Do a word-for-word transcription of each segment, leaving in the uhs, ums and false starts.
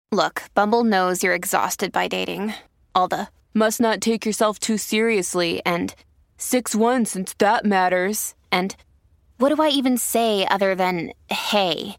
Look, Bumble knows you're exhausted by dating. All the must not take yourself too seriously and six one since that matters. And what do I even say other than hey?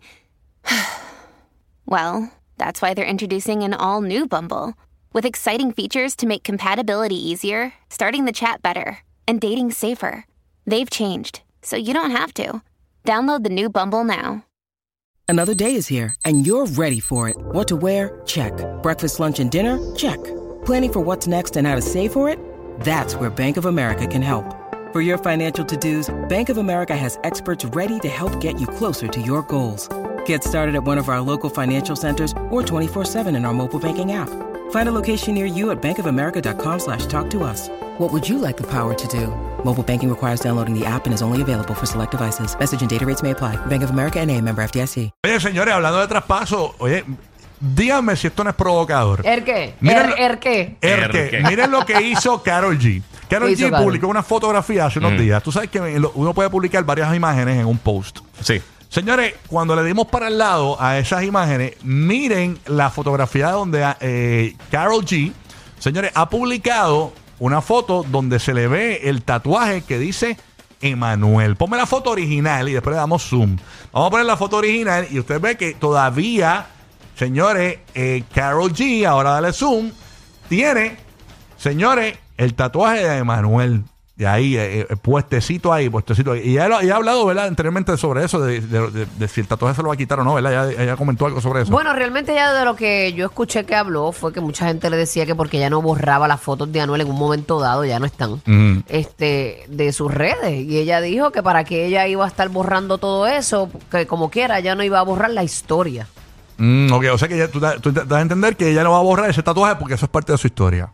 Well, that's why they're introducing an all-new Bumble with exciting features to make compatibility easier, starting the chat better, and dating safer. They've changed, so you don't have to. Download the new Bumble now. Another day is here, and you're ready for it. What to wear? Check. Breakfast, lunch, and dinner? Check. Planning for what's next and how to save for it? That's where Bank of America can help. For your financial to-dos, Bank of America has experts ready to help get you closer to your goals. Get started at one of our local financial centers or twenty-four seven in our mobile banking app. Find a location near you at bankofamerica.com slash talk to us. What would you like the power to do? Mobile banking requires downloading the app and is only available for select devices. Message and data rates may apply. Bank of America N A, member F D I C. Oye, señores, hablando de traspaso, oye, díganme si esto no es provocador. ¿Er qué? Miren, ¿Er, er qué? er qué. Miren lo que hizo Karol G. Karol G Karol? publicó una fotografía hace unos mm. días. Tú sabes que uno puede publicar varias imágenes en un post. Sí. Señores, cuando le dimos para el lado a esas imágenes, miren la fotografía donde eh, Karol G, señores, ha publicado una foto donde se le ve el tatuaje que dice Emanuel. Ponme la foto original y después le damos zoom. Vamos a poner la foto original y usted ve que todavía, señores, eh, Karol G, ahora dale zoom, tiene, señores, el tatuaje de Emanuel. Y ahí, eh, eh, puestecito ahí, puestecito ahí. Y ella, ella ha hablado, ¿verdad?, anteriormente sobre eso, de, de, de, de si el tatuaje se lo va a quitar o no, ¿verdad? Ella, ella comentó algo sobre eso. Bueno, realmente ya de lo que yo escuché que habló fue que mucha gente le decía que porque ya no borraba las fotos de Anuel en un momento dado, ya no están, mm. este, de sus redes. Y ella dijo que para que ella iba a estar borrando todo eso, que como quiera, ya no iba a borrar la historia. Mm, ok, o sea que ya, tú, tú te das a entender que ella no va a borrar ese tatuaje porque eso es parte de su historia.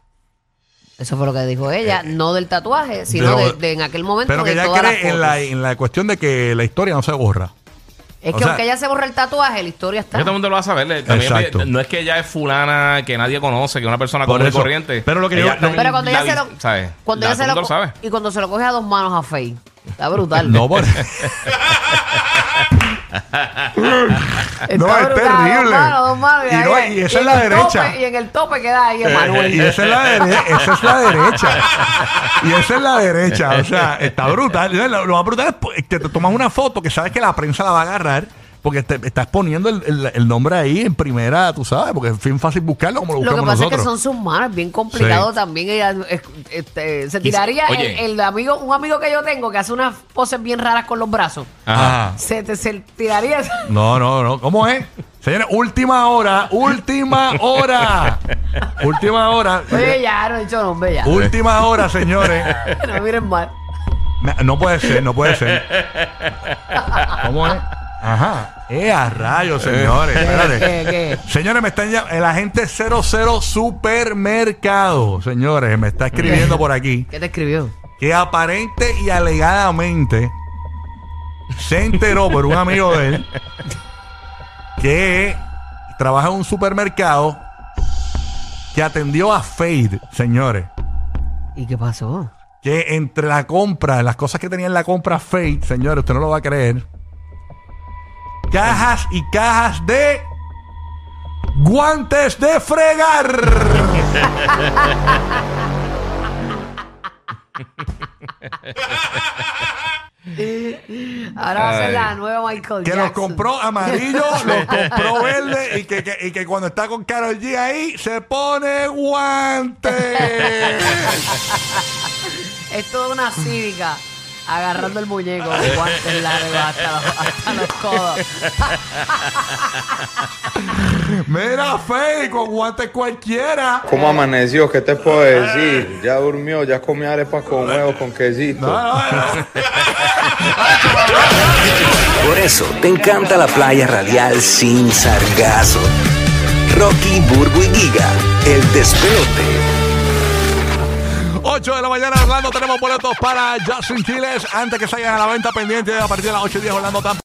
Eso fue lo que dijo ella, eh, no del tatuaje, sino de, de en aquel momento. Pero que de ella todas cree en la, en la cuestión de que la historia no se borra. Es o que sea, aunque ella se borra el tatuaje, la historia está. Todo el mundo lo va a saber. También no es que ella es fulana, que nadie conoce, que es una persona común y corriente. Pero lo que ella, yo, no, pero cuando ella se lo, ¿sabes? Cuando la, ella se lo, lo sabe. Y cuando se lo coge a dos manos a Faye, está brutal. No, por... no, es terrible. Dos manos, dos manos, y, y, no, ahí, y esa y es la derecha. Tope, y en el tope queda ahí Emanuel. Y esa es la, dere esa es la derecha. Y esa es la derecha. O sea, está brutal. Lo, lo más brutal es que te tomas una foto que sabes que la prensa la va a agarrar. Porque te estás poniendo el, el, el nombre ahí en primera, tú sabes, porque es bien fácil buscarlo como lo buscamos nosotros. Lo que pasa nosotros. es que son sus manos, es bien complicado sí. también. Ella, este, se tiraría el, el amigo, un amigo que yo tengo que hace unas poses bien raras con los brazos. Ajá. Se, te, se tiraría. No, no, no. ¿Cómo es? Señores, última hora, última hora. Última hora. Oye, ya, no he dicho nombre ya. Última hora, señores. No miren mal. No puede ser, no puede ser. ¿Cómo es? Ajá. Eh, a rayos, señores. ¿Qué, qué, qué? Señores, me están llamando. El agente cero cero Supermercado. Señores, me está escribiendo por aquí. ¿Qué te escribió? Que aparente y alegadamente se enteró por un amigo de él que trabaja en un supermercado que atendió a Fade, señores. ¿Y qué pasó? Que entre la compra, las cosas que tenía en la compra Fade, señores, usted no lo va a creer. Cajas y cajas de guantes de fregar. Ahora va a ser la nueva Michael que Jackson. los compró amarillo, los compró verde y que, que, y que cuando está con Karol G ahí se pone guantes. Es toda una cívica. Agarrando el muñeco, guantes largos hasta los, hasta los codos. Mira, Fey, con guantes cualquiera. ¿Cómo amaneció? ¿Qué te puedo decir? Ya durmió, ya comió arepas con huevos, con quesito. No, no, no. Por eso te encanta la playa radial sin sargazo. Rocky, Burbu y Giga, el despelote. ocho de la mañana, Orlando. Tenemos boletos para Justin Quiles. Antes que salgan a la venta, pendiente a partir de las ocho y diez, Orlando Tampa.